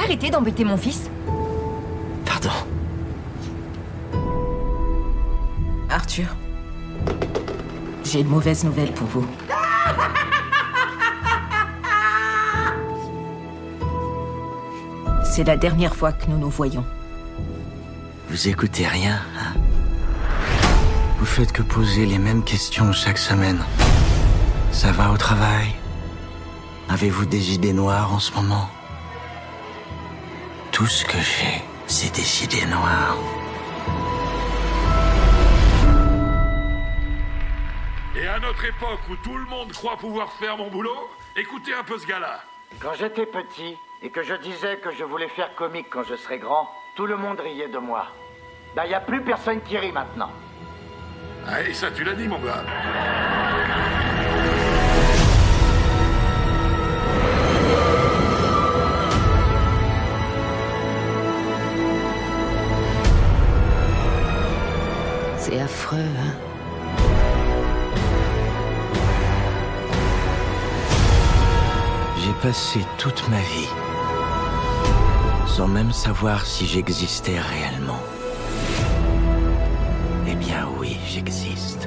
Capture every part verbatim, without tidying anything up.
arrêter d'embêter mon fils? Pardon. Arthur, j'ai de mauvaises nouvelles pour vous. C'est la dernière fois que nous nous voyons. Vous écoutez rien, hein? Vous faites que poser les mêmes questions chaque semaine. Ça va au travail? Avez-vous des idées noires en ce moment? Tout ce que j'ai, c'est des idées noires. Et à notre époque où tout le monde croit pouvoir faire mon boulot, écoutez un peu ce gars-là. Quand j'étais petit et que je disais que je voulais faire comique quand je serais grand, tout le monde riait de moi. Ben, y a plus personne qui rit maintenant. Ah, et ça, tu l'as dit, mon gars. C'est affreux, hein? J'ai passé toute ma vie sans même savoir si j'existais réellement. Eh bien oui, j'existe.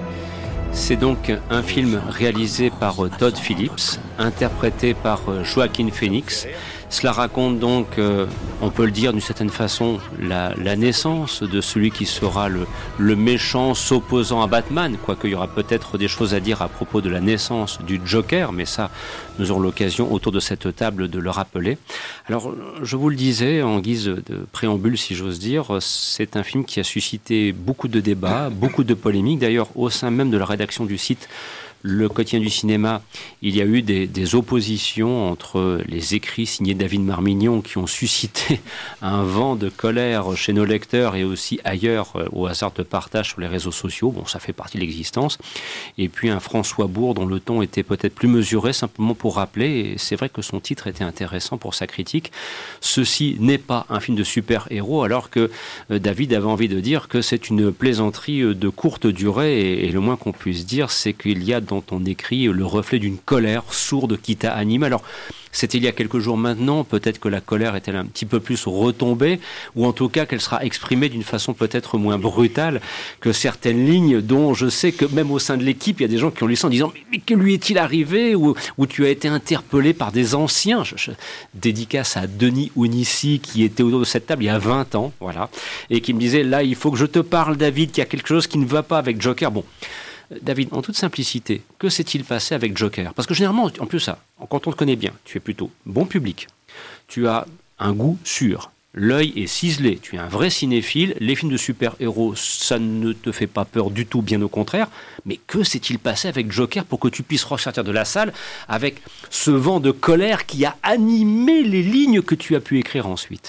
C'est donc un film réalisé par Todd Phillips, interprété par Joaquin Phoenix. Cela raconte donc, euh, on peut le dire d'une certaine façon, la, la naissance de celui qui sera le, le méchant s'opposant à Batman, quoique il y aura peut-être des choses à dire à propos de la naissance du Joker, mais ça, nous aurons l'occasion autour de cette table de le rappeler. Alors, je vous le disais, en guise de préambule, si j'ose dire, c'est un film qui a suscité beaucoup de débats, beaucoup de polémiques. D'ailleurs, au sein même de la rédaction du site Le Quotidien du Cinéma, il y a eu des, des oppositions entre les écrits signés David Marmignon qui ont suscité un vent de colère chez nos lecteurs et aussi ailleurs au hasard de partage sur les réseaux sociaux. Bon, ça fait partie de l'existence. Et puis un François Bourg dont le ton était peut-être plus mesuré, simplement pour rappeler, et c'est vrai que son titre était intéressant pour sa critique, ceci n'est pas un film de super-héros, alors que David avait envie de dire que c'est une plaisanterie de courte durée, et, et le moins qu'on puisse dire, c'est qu'il y a dans ton écrit le reflet d'une colère sourde qui t'a animé. Alors, c'était il y a quelques jours maintenant, peut-être que la colère est-elle un petit peu plus retombée, ou en tout cas qu'elle sera exprimée d'une façon peut-être moins brutale que certaines lignes dont je sais que même au sein de l'équipe, il y a des gens qui ont lu ça en disant « mais, mais que lui est-il arrivé ?» ou, ou tu as été interpellé par des anciens. Je, je, dédicace à Denis Ounissi qui était autour de cette table il y a vingt ans, voilà, et qui me disait « là, il faut que je te parle, David, qu'il y a quelque chose qui ne va pas avec Joker. » Bon, David, en toute simplicité, que s'est-il passé avec Joker? Parce que généralement, en plus ça, quand on te connaît bien, tu es plutôt bon public, tu as un goût sûr, l'œil est ciselé, tu es un vrai cinéphile, les films de super-héros, ça ne te fait pas peur du tout, bien au contraire, mais que s'est-il passé avec Joker pour que tu puisses ressortir de la salle avec ce vent de colère qui a animé les lignes que tu as pu écrire ensuite?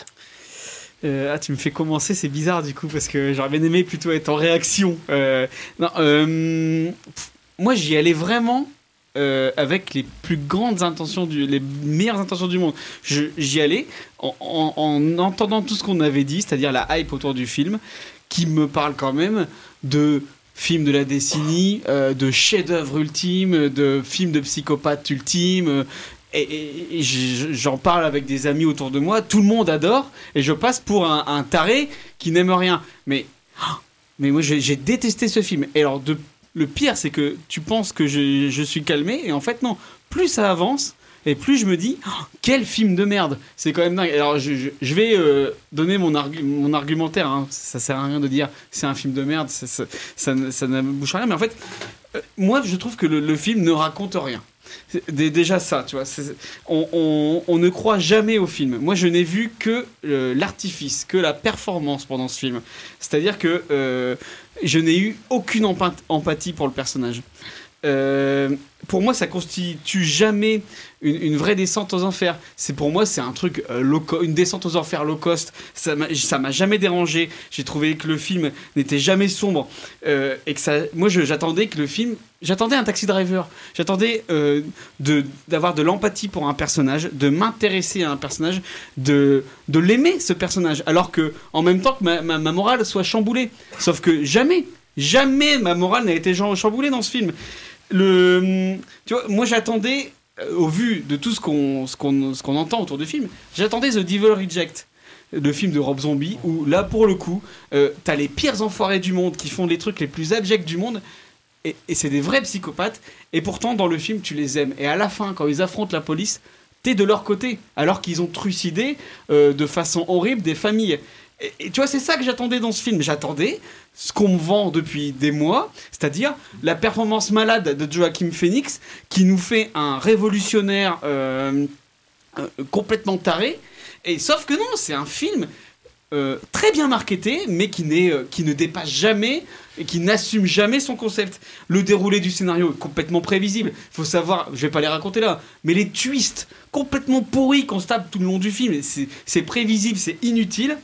Euh, ah, tu me fais commencer, c'est bizarre du coup, parce que j'aurais bien aimé plutôt être en réaction. Euh, non, euh, pff, moi j'y allais vraiment euh, avec les plus grandes intentions, du, les meilleures intentions du monde. Je, j'y allais en, en, en entendant tout ce qu'on avait dit, c'est-à-dire la hype autour du film, qui me parle quand même de film de la décennie, euh, de chef-d'œuvre ultime, de film de psychopathe ultime. Et, et, et j'en parle avec des amis autour de moi, tout le monde adore, et je passe pour un, un taré qui n'aime rien. Mais, mais moi, j'ai, j'ai détesté ce film. Et alors, de, le pire, c'est que tu penses que je, je suis calmé, et en fait, non. Plus ça avance, et plus je me dis, oh, quel film de merde. C'est quand même dingue. Alors, je, je, je vais euh, donner mon, argu- mon argumentaire. Hein. Ça sert à rien de dire, c'est un film de merde, ça, ça, ça, ça n'abouche à rien. Mais en fait, euh, moi, je trouve que le, le film ne raconte rien. Déjà ça, tu vois, c'est, on, on, on ne croit jamais au film. Moi, je n'ai vu que euh, l'artifice, que la performance pendant ce film. C'est-à-dire que euh, je n'ai eu aucune empa- empathie pour le personnage. Euh, pour moi, ça constitue jamais une, une vraie descente aux enfers. C'est pour moi, c'est un truc euh, low co- une descente aux enfers low cost. Ça m'a, ça m'a jamais dérangé. J'ai trouvé que le film n'était jamais sombre euh, et que ça. Moi, je, j'attendais que le film. J'attendais un Taxi Driver. J'attendais euh, de d'avoir de l'empathie pour un personnage, de m'intéresser à un personnage, de de l'aimer ce personnage. Alors que en même temps que ma, ma, ma morale soit chamboulée. Sauf que jamais, jamais ma morale n'a été chamboulée dans ce film. Le, tu vois, moi j'attendais euh, au vu de tout ce qu'on, ce, qu'on, ce qu'on entend autour du film, j'attendais The Devil Reject, le film de Rob Zombie, où là, pour le coup, euh, t'as les pires enfoirés du monde qui font les trucs les plus abjects du monde, et, et c'est des vrais psychopathes, et pourtant, dans le film, tu les aimes. Et à la fin, quand ils affrontent la police, t'es de leur côté, alors qu'ils ont trucidé euh, de façon horrible des familles. Et, et tu vois, c'est ça que j'attendais dans ce film. J'attendais ce qu'on me vend depuis des mois, c'est-à-dire la performance malade de Joaquin Phoenix, qui nous fait un révolutionnaire euh, euh, complètement taré. Et sauf que non, c'est un film euh, très bien marketé, mais qui, n'est, euh, qui ne dépasse jamais et qui n'assume jamais son concept. Le déroulé du scénario est complètement prévisible. Il faut savoir, je vais pas les raconter là, mais les twists complètement pourris qu'on se tape tout le long du film, c'est, c'est prévisible, c'est inutile.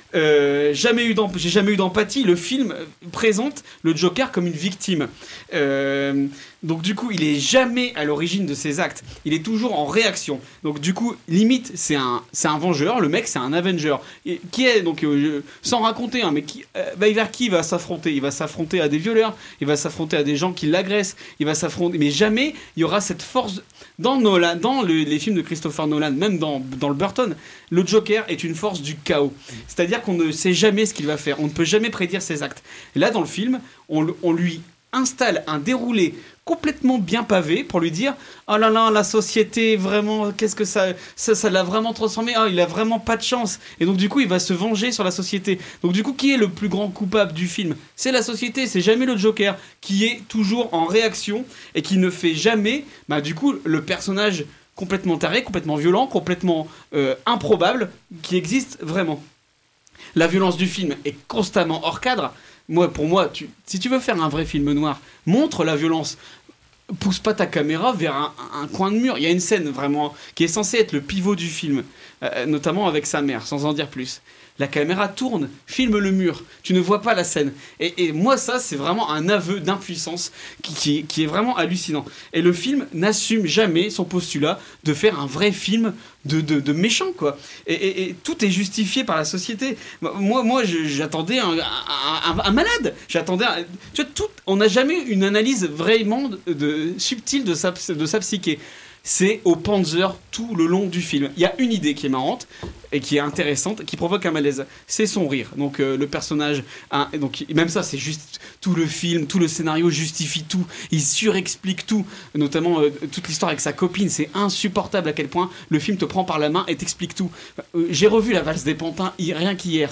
Euh, jamais eu j'ai jamais eu d'empathie. Le film présente le Joker comme une victime. Euh, donc du coup, il est jamais à l'origine de ses actes. Il est toujours en réaction. Donc du coup, limite, c'est un, c'est un vengeur. Le mec, c'est un Avenger. Et, qui est donc euh, sans raconter, hein, mais qui, euh, bah, vers qui il va s'affronter ? Il va s'affronter à des violeurs. Il va s'affronter à des gens qui l'agressent. Il va s'affronter, mais jamais il y aura cette force. Dans Nolan, dans le, les films de Christopher Nolan, même dans, dans le Burton, le Joker est une force du chaos. C'est-à-dire qu'on ne sait jamais ce qu'il va faire. On ne peut jamais prédire ses actes. Et là, dans le film, on, on lui installe un déroulé complètement bien pavé pour lui dire « Oh là là, la société, vraiment, qu'est-ce que ça, ça, ça l'a vraiment transformé. Oh, il a vraiment pas de chance. » Et donc, du coup, il va se venger sur la société. Donc, du coup, qui est le plus grand coupable du film ? C'est la société, c'est jamais le Joker, qui est toujours en réaction et qui ne fait jamais, bah, du coup, le personnage complètement taré, complètement violent, complètement euh, improbable, qui existe vraiment. La violence du film est constamment hors cadre. Moi, pour moi, tu, si tu veux faire un vrai film noir, montre la violence. Pousse pas ta caméra vers un, un coin de mur. Il y a une scène vraiment qui est censée être le pivot du film, euh, notamment avec sa mère, sans en dire plus. La caméra tourne, filme le mur. Tu ne vois pas la scène. Et, et moi, ça, c'est vraiment un aveu d'impuissance qui, qui, qui est vraiment hallucinant. Et le film n'assume jamais son postulat de faire un vrai film de, de, de méchant, quoi. Et, et, et tout est justifié par la société. Moi, moi je, j'attendais un, un, un, un malade. J'attendais un, tu vois, tout, on n'a jamais eu une analyse vraiment de, de, subtile de sa, de sa psyché. C'est au Panzer tout le long du film. Il y a une idée qui est marrante et qui est intéressante, qui provoque un malaise. C'est son rire. Donc euh, le personnage, hein, donc même ça, c'est juste tout le film, tout le scénario justifie tout. Il surexplique tout, notamment euh, toute l'histoire avec sa copine. C'est insupportable à quel point le film te prend par la main et t'explique tout. Euh, j'ai revu La Valse des Pantins rien qu'hier.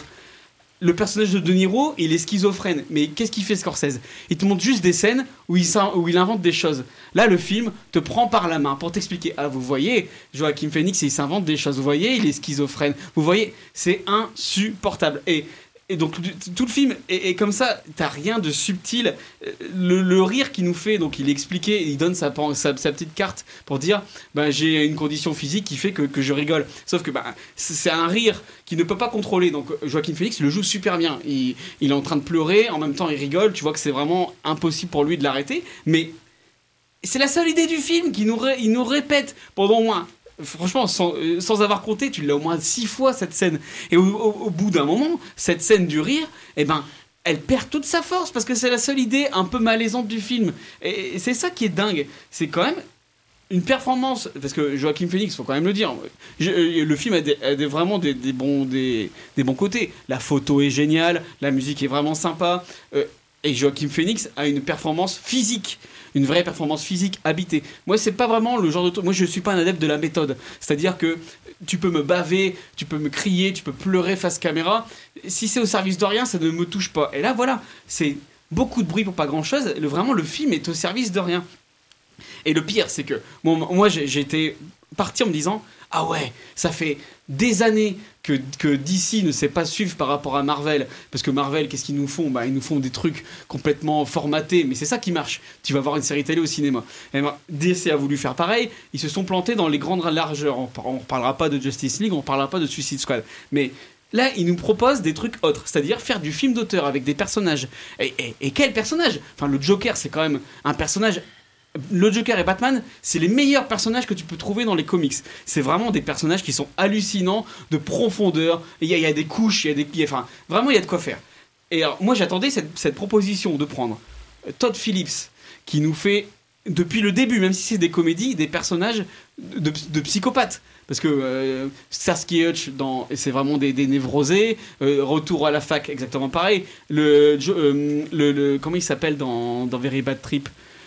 Le personnage de De Niro, il est schizophrène. Mais qu'est-ce qu'il fait, Scorsese ? Il te montre juste des scènes où il, où il invente des choses. Là, le film te prend par la main pour t'expliquer. Ah, vous voyez, Joaquin Phoenix, il s'invente des choses. Vous voyez, il est schizophrène. Vous voyez, c'est insupportable. Et, et donc, tout le film est, est comme ça. T'as rien de subtil. Le, le rire qu'il nous fait, donc il expliquait, il donne sa, sa, sa petite carte pour dire bah, j'ai une condition physique qui fait que, que je rigole. Sauf que bah, c'est un rire qu'il ne peut pas contrôler. Donc Joaquin Phoenix le joue super bien. Il, il est en train de pleurer, en même temps il rigole. Tu vois que c'est vraiment impossible pour lui de l'arrêter. Mais c'est la seule idée du film qu'il nous, ré, il nous répète pendant au moins. Franchement, sans, sans avoir compté, tu l'as au moins six fois cette scène. Et au, au, au bout d'un moment, cette scène du rire, eh ben, elle perd toute sa force parce que c'est la seule idée un peu malaisante du film. Et, et c'est ça qui est dingue. C'est quand même une performance, parce que Joaquin Phoenix, faut quand même le dire, je, le film a, des, a des, vraiment des, des, bons, des, des bons côtés. La photo est géniale, la musique est vraiment sympa. Euh, et Joaquin Phoenix a une performance physique. Une vraie performance physique habitée. Moi, c'est pas vraiment le genre de truc. Moi, je suis pas un adepte de la méthode. C'est-à-dire que tu peux me baver, tu peux me crier, tu peux pleurer face caméra. Si c'est au service de rien, ça ne me touche pas. Et là, voilà, c'est beaucoup de bruit pour pas grand-chose. Le, vraiment, le film est au service de rien. Et le pire, c'est que bon, moi, j'ai, j'étais parti en me disant ah ouais, ça fait des années que, que D C ne sait pas suivre par rapport à Marvel. Parce que Marvel, qu'est-ce qu'ils nous font ? Bah, ils nous font des trucs complètement formatés. Mais c'est ça qui marche. Tu vas voir une série télé au cinéma. Et ben, D C a voulu faire pareil. Ils se sont plantés dans les grandes largeurs. On ne parlera pas de Justice League, on ne parlera pas de Suicide Squad. Mais là, ils nous proposent des trucs autres. C'est-à-dire faire du film d'auteur avec des personnages. Et, et, et quel personnage ? Enfin, le Joker, c'est quand même un personnage... Le Joker et Batman, c'est les meilleurs personnages que tu peux trouver dans les comics. C'est vraiment des personnages qui sont hallucinants, de profondeur. Il y, y a des couches, il y a des... Y a, enfin, vraiment, il y a de quoi faire. Et alors, moi, j'attendais cette, cette proposition de prendre Todd Phillips, qui nous fait depuis le début, même si c'est des comédies, des personnages de, de psychopathes. Parce que euh, Starsky et Hutch, dans, et c'est vraiment des, des névrosés. Euh, Retour à la fac, exactement pareil. Le, euh, le, le comment il s'appelle dans, dans Very Bad Trip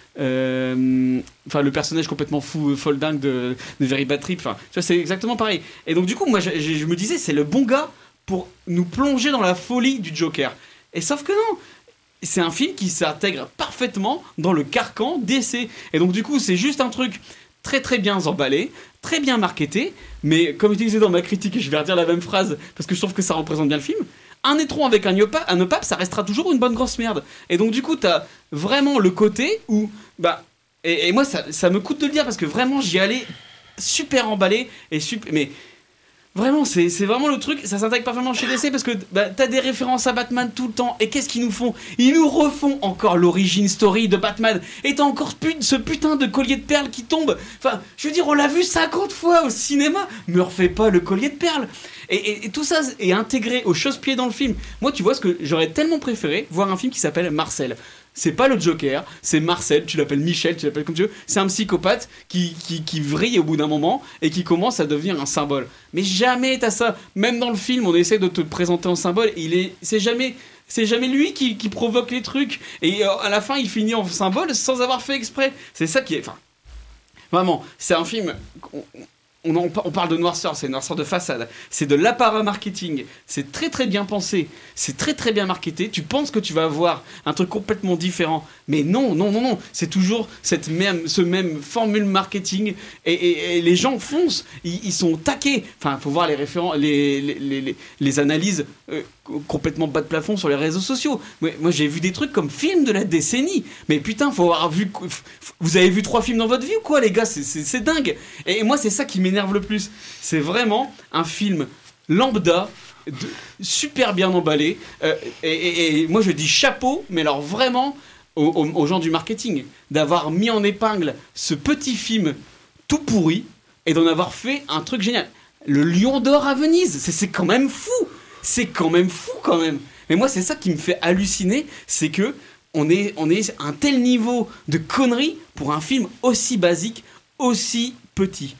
euh, enfin le personnage complètement fou, folle dingue de, de Very Bad Trip. Enfin, tu vois, c'est exactement pareil. Et donc du coup, moi, je, je me disais, c'est le bon gars pour nous plonger dans la folie du Joker. Et sauf que non. C'est un film qui s'intègre parfaitement dans le carcan D C. Et donc du coup, c'est juste un truc très très bien emballé, très bien marketé, mais comme je disais dans ma critique, et je vais redire la même phrase parce que je trouve que ça représente bien le film, un étron avec un opape, un opape, ça restera toujours une bonne grosse merde. Et donc du coup, t'as vraiment le côté où... bah Et, et moi, ça, ça me coûte de le dire parce que vraiment, j'y allais super emballé et super... Mais... Vraiment, c'est, c'est vraiment le truc, ça s'intègre parfaitement chez D C parce que bah, t'as des références à Batman tout le temps. Et qu'est-ce qu'ils nous font ? Ils nous refont encore l'origin story de Batman. Et t'as encore put- ce putain de collier de perles qui tombe. Enfin, je veux dire, on l'a vu cinquante fois au cinéma. Me refais pas le collier de perles. Et, et, et tout ça est intégré au chausse-pied dans le film. Moi, tu vois, ce que j'aurais tellement préféré, voir un film qui s'appelle Marcel. C'est pas le Joker, c'est Marcel, tu l'appelles Michel, tu l'appelles comme tu veux. C'est un psychopathe qui, qui, qui vrille au bout d'un moment et qui commence à devenir un symbole. Mais jamais t'as ça. Même dans le film, on essaie de te présenter en symbole. Il est, c'est jamais, c'est jamais lui qui, qui provoque les trucs. Et à la fin, il finit en symbole sans avoir fait exprès. C'est ça qui est... Enfin, vraiment, c'est un film... On, On, en, on parle de noirceur, c'est noirceur de façade, c'est de l'apparat marketing, c'est très très bien pensé, c'est très très bien marketé, tu penses que tu vas avoir un truc complètement différent, mais non, non, non, non, c'est toujours cette même, ce même formule marketing, et, et, et les gens foncent, ils, ils sont taqués, enfin, faut voir les référents, les, les, les, les, les analyses euh, complètement bas de plafond sur les réseaux sociaux. Moi, moi j'ai vu des trucs comme film de la décennie, mais putain, faut avoir vu, vous avez vu trois films dans votre vie ou quoi les gars, c'est, c'est, c'est dingue, et moi c'est ça qui m'énerve le plus, c'est vraiment un film lambda, de, super bien emballé, euh, et, et, et moi je dis chapeau, mais alors vraiment aux, aux, aux gens du marketing, d'avoir mis en épingle ce petit film tout pourri et d'en avoir fait un truc génial. Le Lion d'Or à Venise, c'est, c'est quand même fou, c'est quand même fou quand même. Mais moi c'est ça qui me fait halluciner, c'est que on est, on est à un tel niveau de conneries pour un film aussi basique, aussi petit.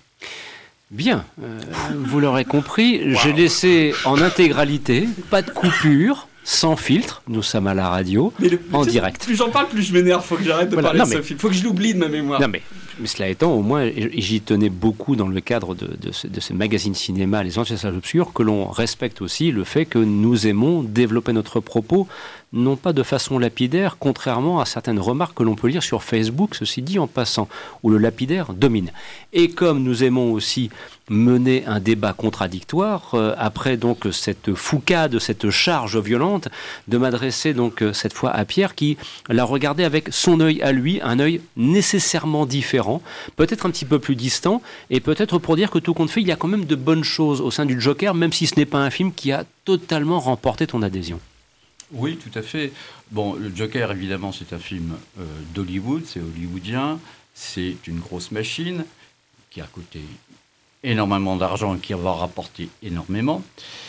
Bien, euh, vous l'aurez compris, wow. J'ai laissé en intégralité, pas de coupure, sans filtre, nous sommes à la radio, le, en direct. Plus j'en parle, plus je m'énerve, faut que j'arrête de voilà, parler non, de ce film, faut que je l'oublie de ma mémoire. Non mais, mais cela étant, au moins, j'y tenais beaucoup dans le cadre de, de, ce, de ces magazines cinéma, les anciens sages obscurs, que l'on respecte aussi le fait que nous aimons développer notre propos, non pas de façon lapidaire, contrairement à certaines remarques que l'on peut lire sur Facebook, ceci dit en passant, où le lapidaire domine. Et comme nous aimons aussi mener un débat contradictoire, euh, après donc cette foucade, cette charge violente, de m'adresser donc euh, cette fois à Pierre qui l'a regardé avec son œil à lui, un œil nécessairement différent, peut-être un petit peu plus distant, et peut-être pour dire que tout compte fait, il y a quand même de bonnes choses au sein du Joker, même si ce n'est pas un film qui a totalement remporté ton adhésion. Oui, tout à fait. Bon, le Joker, évidemment, c'est un film euh, d'Hollywood, c'est hollywoodien, c'est une grosse machine qui a coûté énormément d'argent et qui va rapporter énormément.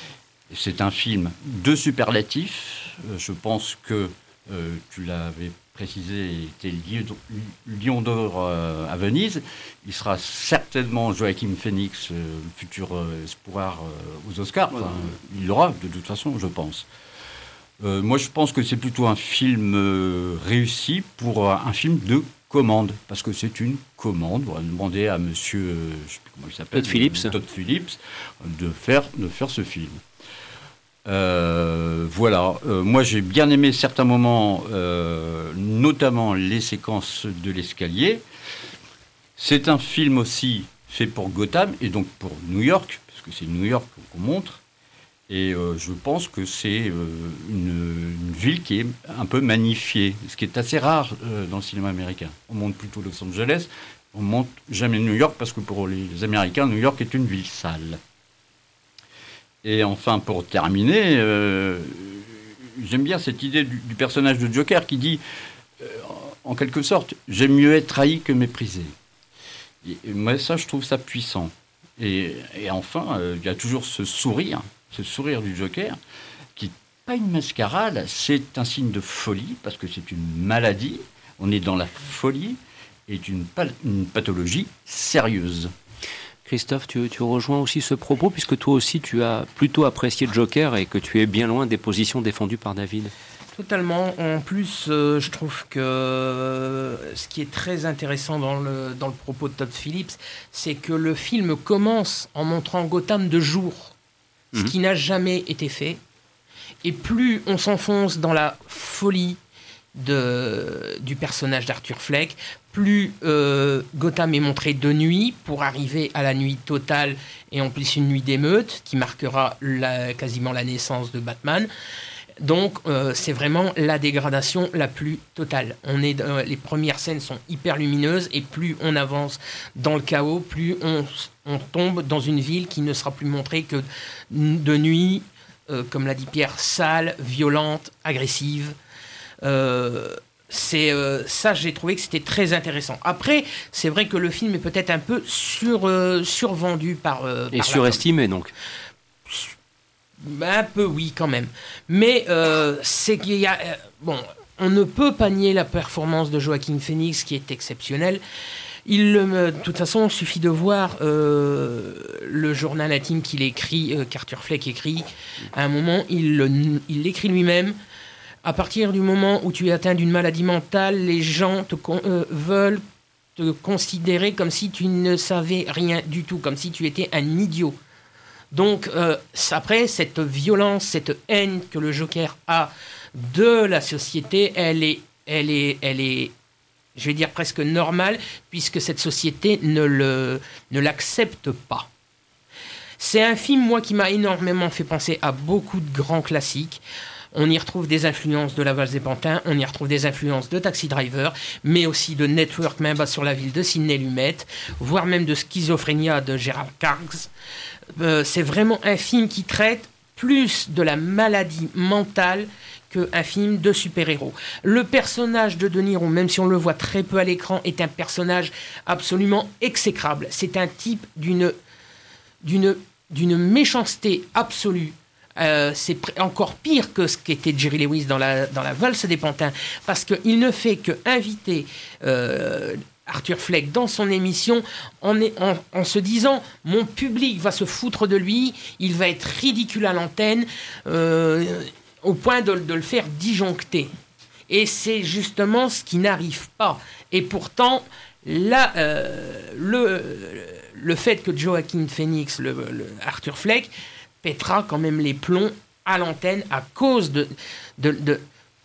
C'est un film de superlatifs. Euh, je pense que, euh, tu l'avais précisé, était Lion d'Or euh, à Venise. Il sera certainement Joaquin Phoenix, euh, le futur euh, espoir euh, aux Oscars. Enfin, il l'aura de toute façon, je pense. Euh, moi, je pense que c'est plutôt un film euh, réussi pour euh, un film de commande, parce que c'est une commande. On va demander à monsieur, euh, je sais plus comment il s'appelle, Todd Phillips, Todd Phillips de faire, de faire ce film. Euh, voilà. Euh, moi, j'ai bien aimé certains moments, euh, notamment les séquences de l'escalier. C'est un film aussi fait pour Gotham, et donc pour New York, parce que c'est New York qu'on montre. Et euh, je pense que c'est euh, une, une ville qui est un peu magnifiée, ce qui est assez rare euh, dans le cinéma américain. On monte plutôt Los Angeles, on monte jamais New York, parce que pour les, les Américains, New York est une ville sale. Et enfin, pour terminer, euh, j'aime bien cette idée du, du personnage de Joker qui dit, euh, en quelque sorte, « J'aime mieux être trahi que méprisé ». Et, et moi, ça, je trouve ça puissant. Et, et enfin, euh, il y a toujours ce sourire, ce sourire du Joker, qui n'est pas une mascarade, c'est un signe de folie, parce que c'est une maladie, on est dans la folie, est une, pa- une pathologie sérieuse. Christophe, tu, tu rejoins aussi ce propos, puisque toi aussi tu as plutôt apprécié Joker et que tu es bien loin des positions défendues par David. Totalement. En plus, euh, je trouve que euh, ce qui est très intéressant dans le, dans le propos de Todd Phillips, c'est que le film commence en montrant Gotham de jour, ce mmh. qui n'a jamais été fait. Et plus on s'enfonce dans la folie de, du personnage d'Arthur Fleck, plus euh, Gotham est montré de nuit pour arriver à la nuit totale et en plus une nuit d'émeute qui marquera la, quasiment la naissance de Batman. Donc euh, c'est vraiment la dégradation la plus totale. On est, euh, les premières scènes sont hyper lumineuses et plus on avance dans le chaos, plus on, on tombe dans une ville qui ne sera plus montrée que de nuit, euh, comme l'a dit Pierre, sale, violente, agressive. Euh, c'est euh, ça, j'ai trouvé que c'était très intéressant. Après, c'est vrai que le film est peut-être un peu sur, euh, survendu par... Euh, et par surestimé donc. Un peu, oui, quand même. Mais euh, c'est qu'il y a... Euh, bon, on ne peut pas nier la performance de Joaquin Phoenix, qui est exceptionnelle. Il, euh, de toute façon, il suffit de voir euh, le journal intime qu'il écrit, euh, qu'Arthur Fleck écrit. À un moment, il, le, il l'écrit lui-même. À partir du moment où tu es atteint d'une maladie mentale, les gens te con- euh, veulent te considérer comme si tu ne savais rien du tout, comme si tu étais un idiot. Donc, euh, après, cette violence, cette haine que le Joker a de la société, elle est, elle est, elle est, je vais dire presque normale, puisque cette société ne, le, ne l'accepte pas. C'est un film, moi, qui m'a énormément fait penser à beaucoup de grands classiques. On y retrouve des influences de La Valse des Pantins, on y retrouve des influences de Taxi Driver, mais aussi de Network, Main basse sur la ville de Sidney Lumet, voire même de Schizophrénia de Gérard Kargs. Euh, c'est vraiment un film qui traite plus de la maladie mentale qu'un film de super-héros. Le personnage de De Niro, même si on le voit très peu à l'écran, est un personnage absolument exécrable. C'est un type d'une, d'une, d'une méchanceté absolue. Euh, c'est pr- encore pire que ce qu'était Jerry Lewis dans la, dans la Valse des Pantins, parce qu'il ne fait qu'inviter euh, Arthur Fleck dans son émission en, en, en se disant « Mon public va se foutre de lui, il va être ridicule à l'antenne, euh, au point de, de le faire disjoncter. » Et c'est justement ce qui n'arrive pas. Et pourtant, là, euh, le, le fait que Joaquin Phoenix, le, le Arthur Fleck, pètera quand même les plombs à l'antenne à cause de, de, de,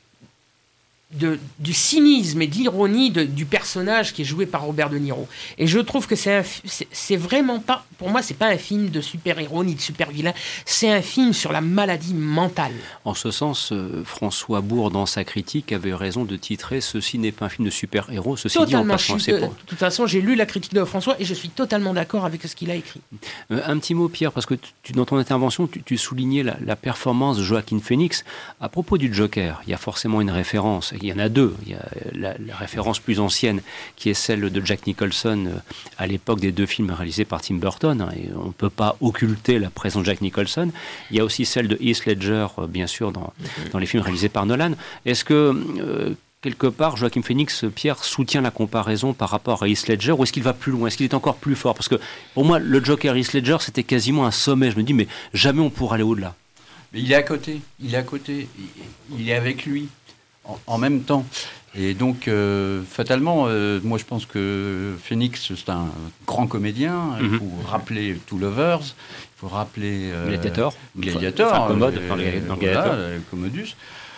de, du cynisme et de l'ironie de, du personnage qui est joué par Robert De Niro. Et je trouve que c'est, un, c'est, c'est vraiment pas... Pour moi, c'est pas un film de super-héros ni de super-vilain. C'est un film sur la maladie mentale. En ce sens, euh, François Bourg, dans sa critique, avait raison de titrer « Ceci n'est pas un film de super-héros ». Ceci totalement, dit, en passant, c'est de, pas... de toute façon, j'ai lu la critique de François et je suis totalement d'accord avec ce qu'il a écrit. Euh, un petit mot, Pierre, parce que tu, dans ton intervention, tu, tu soulignais la, la performance de Joaquin Phoenix. À propos du Joker, il y a forcément une référence. Il y en a deux. Il y a la, la référence plus ancienne, qui est celle de Jack Nicholson euh, à l'époque des deux films réalisés par Tim Burton. Hein, et on ne peut pas occulter la présence de Jack Nicholson. Il y a aussi celle de Heath Ledger, euh, bien sûr, dans, dans les films réalisés par Nolan. Est-ce que, euh, quelque part, Joaquin Phoenix, Pierre, soutient la comparaison par rapport à Heath Ledger, ou est-ce qu'il va plus loin? Est-ce qu'il est encore plus fort? Parce que, pour moi, le Joker Heath Ledger, c'était quasiment un sommet. Je me dis, mais jamais on pourra aller au-delà. Mais il est à côté. Il est à côté. Il, il est avec lui. En même temps. Et donc, euh, fatalement, euh, moi je pense que Phoenix, c'est un grand comédien. Mm-hmm. Il faut rappeler Two Lovers, il faut rappeler... Euh, Gladiator. Gladiator. Enfin, Commode, euh, dans les, dans voilà, Gladiator. Commodus.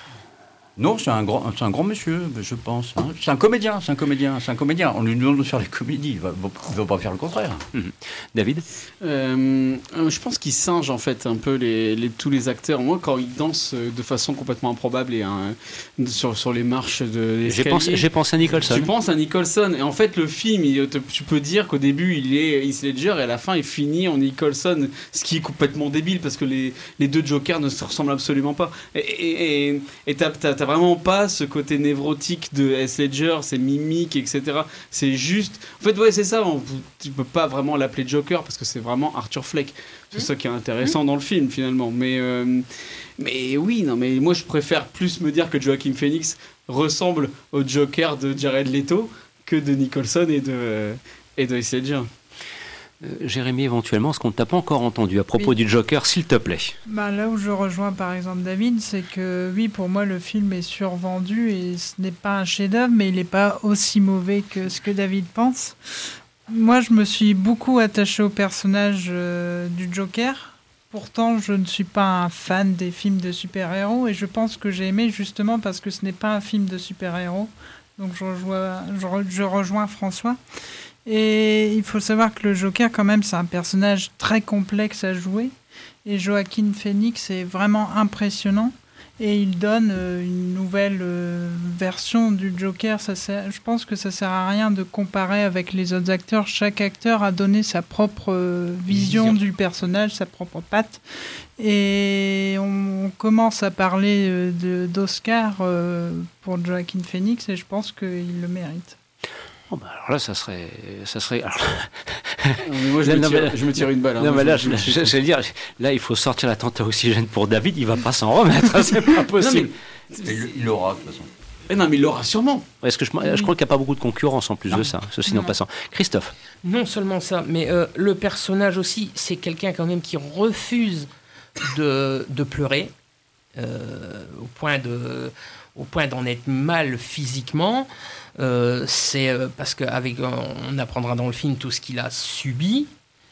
Non, c'est un grand, c'est un grand monsieur, je pense. Hein. C'est un comédien, c'est un comédien, c'est un comédien. On lui demande de faire des comédies, il va, il va pas faire le contraire. Mmh. David, euh, je pense qu'il singe en fait un peu les, les, tous les acteurs. Moi, quand ils dansent de façon complètement improbable et hein, sur, sur les marches de l'escalier. J'ai pensé, j'ai pensé à Nicholson. Tu penses à Nicholson et en fait le film, il, tu peux dire qu'au début il est Heath Ledger et à la fin il finit en Nicholson, ce qui est complètement débile parce que les, les deux Jokers ne se ressemblent absolument pas. Et, et, et, et t'as, t'as, t'as vraiment pas ce côté névrotique de Heath Ledger, ses mimiques, et cetera. C'est juste... En fait, ouais, c'est ça. On, tu peux pas vraiment l'appeler Joker parce que c'est vraiment Arthur Fleck. C'est mmh. ça qui est intéressant mmh. dans le film, finalement. Mais, euh, mais oui, non, mais moi, je préfère plus me dire que Joaquin Phoenix ressemble au Joker de Jared Leto que de Nicholson et de, et de Heath Ledger. Euh, Jérémy, éventuellement, ce qu'on ne t'a pas encore entendu à propos Oui. du Joker, s'il te plaît. Bah, là où je rejoins par exemple David, c'est que oui, pour moi, le film est survendu et ce n'est pas un chef-d'œuvre, mais il n'est pas aussi mauvais que ce que David pense. Moi, je me suis beaucoup attachée au personnage euh, du Joker. Pourtant, je ne suis pas un fan des films de super-héros et je pense que j'ai aimé justement parce que ce n'est pas un film de super-héros. Donc, je rejoins, je, re- je rejoins François. Et il faut savoir que le Joker, quand même, c'est un personnage très complexe à jouer. Et Joaquin Phoenix est vraiment impressionnant. Et il donne euh, une nouvelle euh, version du Joker. Ça sert, je pense que ça sert à rien de comparer avec les autres acteurs. Chaque acteur a donné sa propre euh, vision, vision du personnage, sa propre patte. Et on, on commence à parler euh, de, d'Oscar euh, pour Joaquin Phoenix et je pense qu'il le mérite. Oh bah alors là, ça serait... Ça serait alors... Non, mais moi, je, Là, me non, tire, mais là- je me tire une balle. hein. Non, Moi, mais là, je- je, je- je- j'allais dire, là, il faut sortir la tente à oxygène pour David, il va pas s'en remettre, hein, c'est pas possible. Il il l'aura, de toute façon. Eh non, mais il l'aura sûrement. Est-ce que je, je crois qu'il n'y a pas beaucoup de concurrence en plus de ça, ceci n'en Non. passant. Christophe, Non seulement ça, mais euh, le personnage aussi, c'est quelqu'un quand même qui refuse de, de pleurer, euh, au point de, au point d'en être mal physiquement. Euh, c'est euh, parce qu'avec, on apprendra dans le film tout ce qu'il a subi.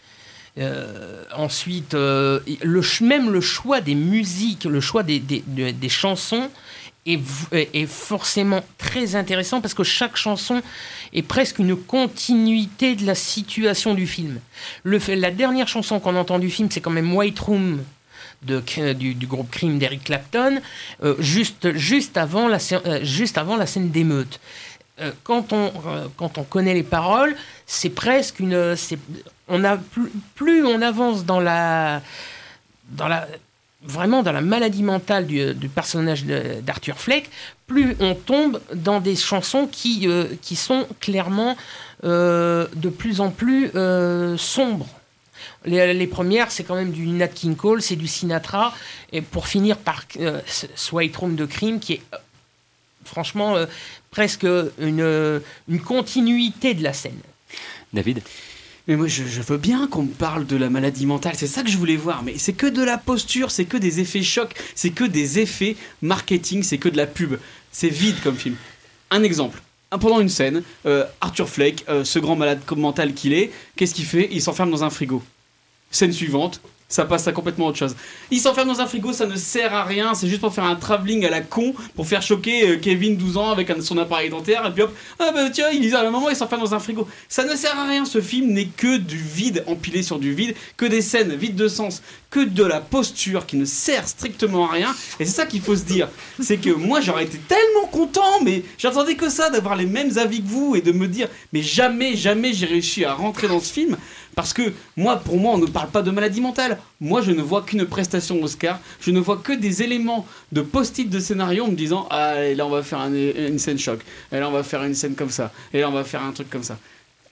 Euh, ensuite, euh, le, ch- même le choix des musiques, le choix des, des, des, des chansons est, v- est forcément très intéressant parce que chaque chanson est presque une continuité de la situation du film. Le, fait- la dernière chanson qu'on entend du film, c'est quand même White Room de, du, du groupe Cream d'Eric Clapton, euh, juste, juste, avant la, scè- euh, juste avant la scène d'émeute. Euh, quand, on, euh, quand on connaît les paroles, c'est presque une... c'est- on a plus, plus on avance dans la... Dans la vraiment dans la maladie mentale du, du personnage de- d'Arthur Fleck, plus on tombe dans des chansons qui, euh, qui sont clairement euh, de plus en plus euh, sombres. Les, les premières, c'est quand même du Nat King Cole, c'est du Sinatra, et pour finir par euh, ce White Room de Cream, qui est euh, franchement euh, presque une, une continuité de la scène. David. Mais moi, je, je veux bien qu'on me parle de la maladie mentale, c'est ça que je voulais voir, mais c'est que de la posture, c'est que des effets chocs, c'est que des effets marketing, c'est que de la pub. C'est vide comme film. Un exemple. Pendant une scène, euh, Arthur Fleck, euh, ce grand malade mental qu'il est, qu'est-ce qu'il fait ? Il s'enferme dans un frigo. Scène suivante, ça passe à complètement autre chose. Il s'enferme dans un frigo, ça ne sert à rien, c'est juste pour faire un travelling à la con, pour faire choquer euh, Kevin, douze ans, avec un- son appareil dentaire, et puis hop, ah bah tiens, il, à un moment, il s'enferme dans un frigo. Ça ne sert à rien, ce film n'est que du vide empilé sur du vide, que des scènes vides de sens, que de la posture qui ne sert strictement à rien, et c'est ça qu'il faut se dire. C'est que moi, j'aurais été tellement content, mais j'attendais que ça, d'avoir les mêmes avis que vous, et de me dire, mais jamais, jamais j'ai réussi à rentrer dans ce film, parce que moi, pour moi, on ne parle pas de maladie mentale. Moi, je ne vois qu'une prestation Oscar. Je ne vois que des éléments de post-it de scénario en me disant « Ah, et là, on va faire un- une scène choc. Et là, on va faire une scène comme ça. Et là, on va faire un truc comme ça. »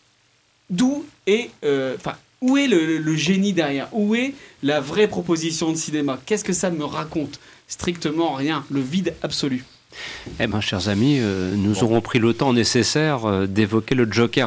D'où est... Enfin, euh, où est le, le- le génie derrière ? Où est la vraie proposition de cinéma ? Qu'est-ce que ça me raconte ? Strictement rien. Le vide absolu. Eh bien, chers amis, euh, nous aurons pris le temps nécessaire euh, d'évoquer le Joker